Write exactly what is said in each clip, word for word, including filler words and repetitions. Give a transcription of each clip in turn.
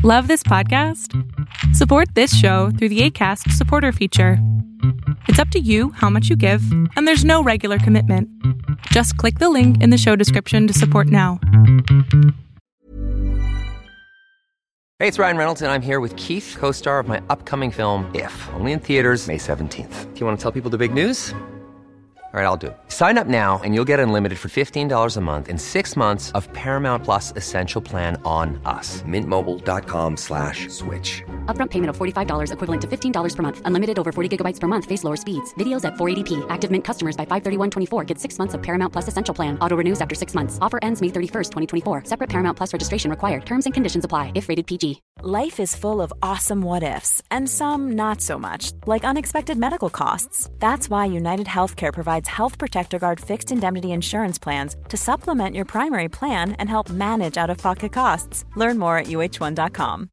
Love this podcast? Support this show through the Acast supporter feature. It's up to you how much you give, and there's no regular commitment. Just click the link in the show description to support now. Hey, it's Ryan Reynolds, and I'm here with Keith, co-star of my upcoming film, If, only in theaters May seventeenth. Do you want to tell people the big news? All right, I'll do it. Sign up now and you'll get unlimited for fifteen dollars a month and six months of Paramount Plus Essential Plan on us. Mint Mobile dot com slash switch. Upfront payment of forty-five dollars equivalent to fifteen dollars per month. Unlimited over forty gigabytes per month. Face lower speeds. Videos at four eighty p. Active Mint customers by five thirty-one twenty-four get six months of Paramount Plus Essential Plan. Auto renews after six months. Offer ends May thirty-first, twenty twenty-four. Separate Paramount Plus registration required. Terms and conditions apply if rated P G. Life is full of awesome what-ifs and some not so much, like unexpected medical costs. That's why United Healthcare provides Health Protector Guard fixed indemnity insurance plans to supplement your primary plan and help manage out-of-pocket costs. Learn more at U H one dot com.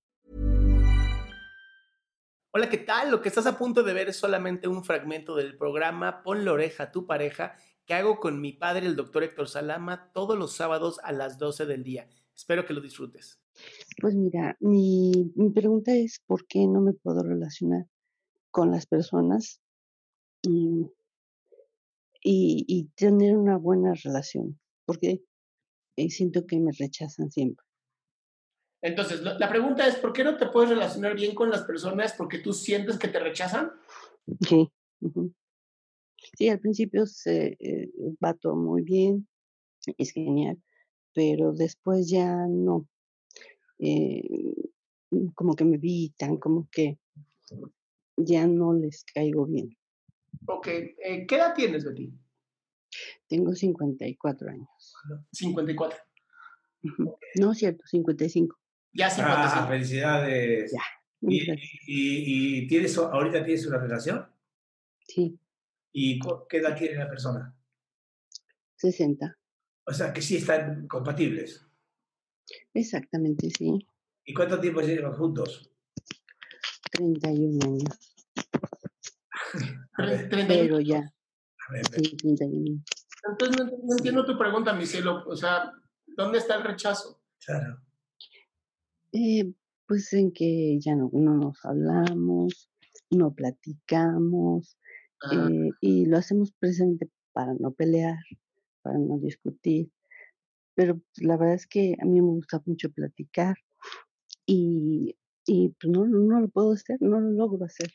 Hola, ¿qué tal? Lo que estás a punto de ver es solamente un fragmento del programa Ponle oreja a tu pareja que hago con mi padre, el doctor Héctor Salama, todos los sábados a las doce del día. Espero que lo disfrutes. Pues mira, mi, mi pregunta es ¿por qué no me puedo relacionar con las personas y, y, y tener una buena relación? Porque eh, siento que me rechazan siempre. Entonces, lo- la pregunta es, ¿por qué no te puedes relacionar bien con las personas? ¿Porque tú sientes que te rechazan? Sí, ujú. Sí, al principio se eh, va todo muy bien, es genial, pero después ya no. Eh, como que me evitan, como que ya no les caigo bien. Ok, eh, ¿qué edad tienes, Betty? Tengo cincuenta y cuatro años. cincuenta y cuatro. Ujú. No, cierto, cincuenta y cinco. Ya cincuenta y cinco. Ah, felicidades. Ya, ¿Y, gracias. y, y tienes, ahorita tienes una relación? Sí, ¿Y cu- qué edad tiene la persona? sesenta. O sea, que sí están compatibles. Exactamente, sí. ¿Y cuánto tiempo llevan juntos? treinta y un años. A ver, treinta y uno. Pero ya, a ver, sí, treinta y uno. Entonces, no, no entiendo tu pregunta, mi cielo. O sea, ¿dónde está el rechazo? claro. Eh, pues en que ya no, no nos hablamos, no platicamos, Ah, eh, y lo hacemos presente para no pelear, para no discutir. Pero pues, la verdad es que a mí me gusta mucho platicar y, y pues no, no lo puedo hacer, no lo logro hacer.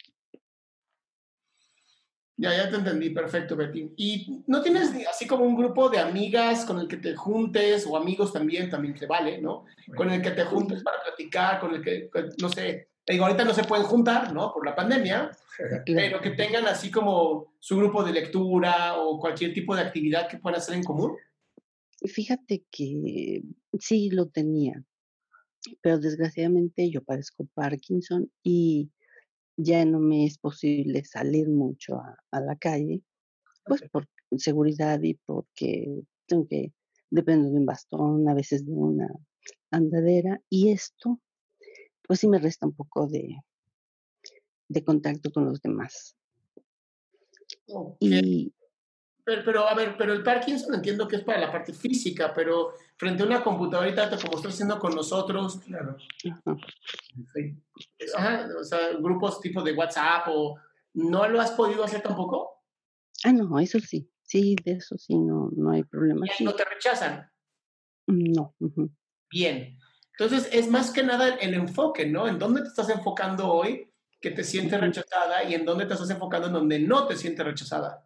ya, ya te entendí, perfecto, Betty. ¿Y no tienes ni- así como un grupo de amigas con el que te juntes, o amigos también, también se vale, ¿no? Con el que te juntes para platicar, con el que, que, no sé, te digo, ahorita no se pueden juntar, ¿no? Por la pandemia, Claro. pero que tengan así como su grupo de lectura o cualquier tipo de actividad que puedan hacer en común. Fíjate que sí lo tenía, pero desgraciadamente yo padezco Parkinson y ya no me es posible salir mucho a, a la calle, pues por seguridad y porque tengo que, dependo de un bastón, a veces de una andadera, y esto, pues sí me resta un poco de, de contacto con los demás. Ok. Y Pero, pero, a ver, pero el Parkinson entiendo que es para la parte física, pero frente a una computadorita, como estás haciendo con nosotros, Claro. ajá, Sí. ajá, o sea, grupos tipo de WhatsApp, o ¿no lo has podido hacer tampoco? ah, no, eso sí, sí, de eso sí, no, no hay problema, Y ahí sí, no te rechazan. no, ujú. Bien. Entonces, es más que nada el, el enfoque, ¿no? En dónde te estás enfocando hoy que te sientes Ujú. rechazada y en dónde te estás enfocando en donde no te sientes rechazada.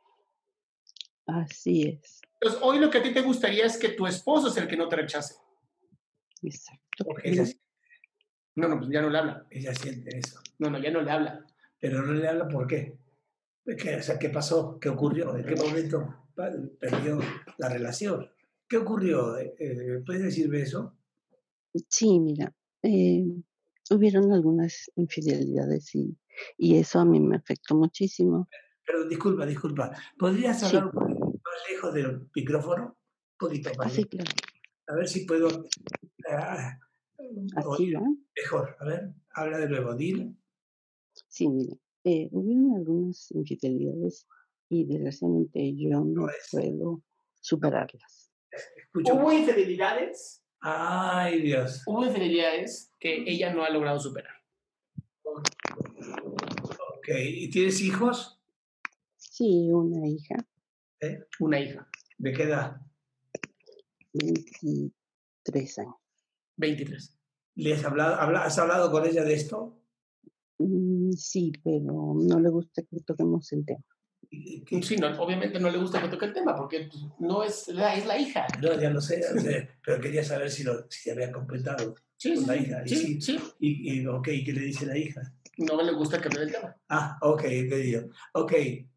Así es, Entonces, hoy lo que a ti te gustaría es que tu esposo es el que no te rechace. exacto. Porque ella, Ujú. No, no, pues ya no le habla. ella siente eso. No, no, ya no le habla. Pero no le habla ¿por qué? ¿Qué, o sea, ¿qué pasó? ¿Qué ocurrió? ¿En qué momento pa- perdió la relación? ¿Qué ocurrió? Eh, eh, ¿Puedes decirme eso? Sí, mira, eh, hubieron algunas infidelidades y, y eso a mí me afectó muchísimo. Perdón, disculpa, disculpa. ¿Podrías Sí, hablar un poquito más lejos del micrófono? Un poquito más así, lejos. claro, A ver si puedo ah, así oír va. mejor. A ver, habla de nuevo, dile. Sí, mira, eh, hubieron algunas infidelidades y desgraciadamente yo No no es. puedo superarlas. Escucho. ¿Hubo infidelidades? Ay, Dios. Hubo infidelidades que ella no ha logrado superar. Ok, ¿y tienes hijos? Sí, una hija. ¿Eh? Una hija. ¿De qué edad? veintitrés años. veintitrés. ¿Le has hablado, habla, ¿Has hablado con ella de esto? Mm, sí, pero no le gusta que toquemos el tema. Sí, no, obviamente no le gusta que toque el tema porque pues, no es la, es la hija. No, ya lo sé, ya lo sé, pero quería saber si, lo, si había completado Sí, con la sí, hija. Y sí, sí, sí. Y, y, ok, ¿qué le dice la hija? No le gusta que hable del tema. Ah, ok, querido. Ok,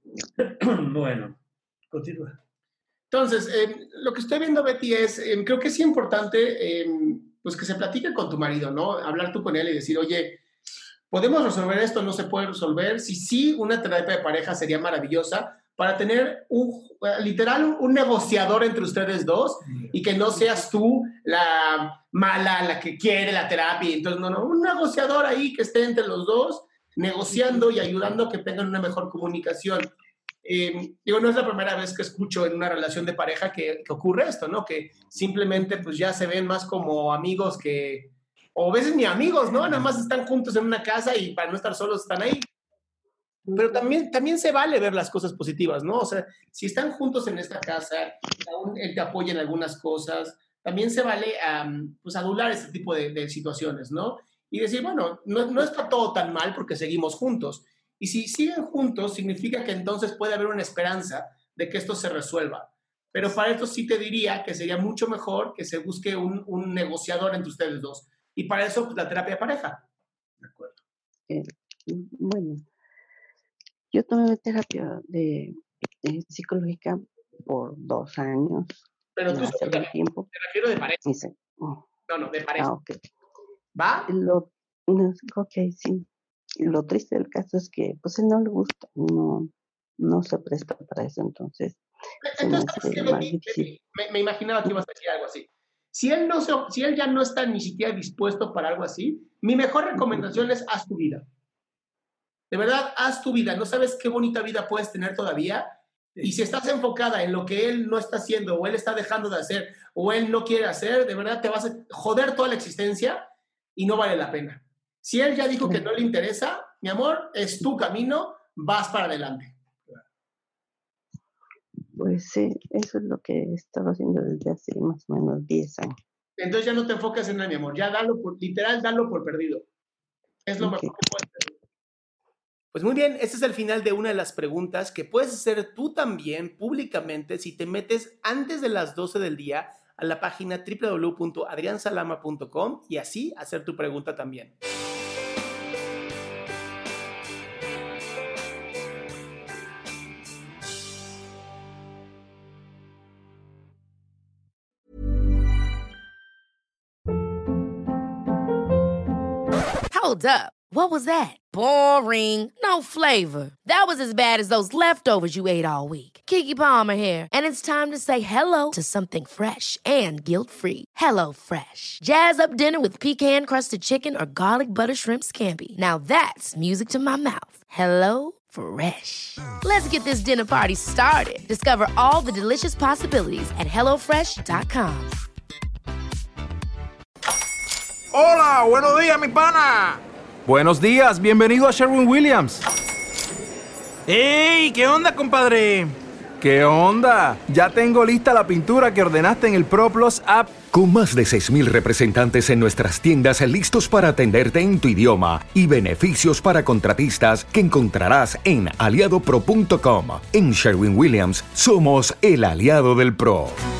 bueno, continúa. Entonces, eh, lo que estoy viendo, Betty, es, eh, creo que es importante, eh, pues que se platique con tu marido, ¿no? Hablar tú con él y decir, oye, ¿podemos resolver esto? ¿No se puede resolver? Si sí, una terapia de pareja sería maravillosa para tener un, literal, un negociador entre ustedes dos y que no seas tú la mala, la que quiere la terapia. Entonces, no, no, un negociador ahí que esté entre los dos negociando y ayudando a que tengan una mejor comunicación. Eh, digo, no es la primera vez que escucho en una relación de pareja que, que ocurre esto, ¿no? Que simplemente pues ya se ven más como amigos que, o a veces ni amigos, ¿no? Nada más están juntos en una casa y para no estar solos están ahí. Pero también, también se vale ver las cosas positivas, ¿no? O sea, si están juntos en esta casa, aún él te apoya en algunas cosas, también se vale um, pues adular este tipo de, de situaciones, ¿no? Y decir, bueno, no, no está todo tan mal porque seguimos juntos. Y si siguen juntos, significa que entonces puede haber una esperanza de que esto se resuelva. Pero para esto sí te diría que sería mucho mejor que se busque un, un negociador entre ustedes dos. Y para eso, pues, la terapia de pareja. De acuerdo. Eh, bueno, yo tomé terapia de, de psicológica por dos años. Pero tú hace también, tiempo. te refiero de pareja. Dice, oh, No, no, de pareja. ah, ok. ¿Va? Lo, no, ok, sí. Lo triste del caso es que pues él no le gusta, no, no se presta para eso, entonces, entonces se me hace más difícil. Me, me imaginaba que ibas a decir algo así. Si él, no se, si él ya no está ni siquiera dispuesto para algo así, mi mejor recomendación es haz tu vida. De verdad, haz tu vida. No sabes qué bonita vida puedes tener todavía. Y si estás enfocada en lo que él no está haciendo o él está dejando de hacer o él no quiere hacer, de verdad te vas a joder toda la existencia y no vale la pena. Si él ya dijo que no le interesa, mi amor, es tu camino, vas para adelante. Pues sí, eso es lo que he estado haciendo desde hace más o menos diez años. Entonces ya no te enfocas en él, mi amor. Ya dalo por, literal, dalo por perdido. Es lo Okay. mejor que puedes hacer. Pues muy bien, este es el final de una de las preguntas que puedes hacer tú también públicamente si te metes antes de las doce del día a la página doble u doble u doble u punto adrián salama punto com y así hacer tu pregunta también. Hold up. What was that? Boring. No flavor. That was as bad as those leftovers you ate all week. Keke Palmer here, and it's time to say hello to something fresh and guilt-free. Hello Fresh. Jazz up dinner with pecan-crusted chicken or garlic butter shrimp scampi. Now that's music to my mouth. Hello Fresh. Let's get this dinner party started. Discover all the delicious possibilities at hello fresh dot com. Hola, buenos días, mi pana. Buenos días, bienvenido a Sherwin-Williams. ¡Ey! ¿Qué onda, compadre? ¿Qué onda? Ya tengo lista la pintura que ordenaste en el ProPlus app. Con más de seis mil representantes en nuestras tiendas listos para atenderte en tu idioma y beneficios para contratistas que encontrarás en aliado pro punto com. En Sherwin-Williams somos el aliado del pro.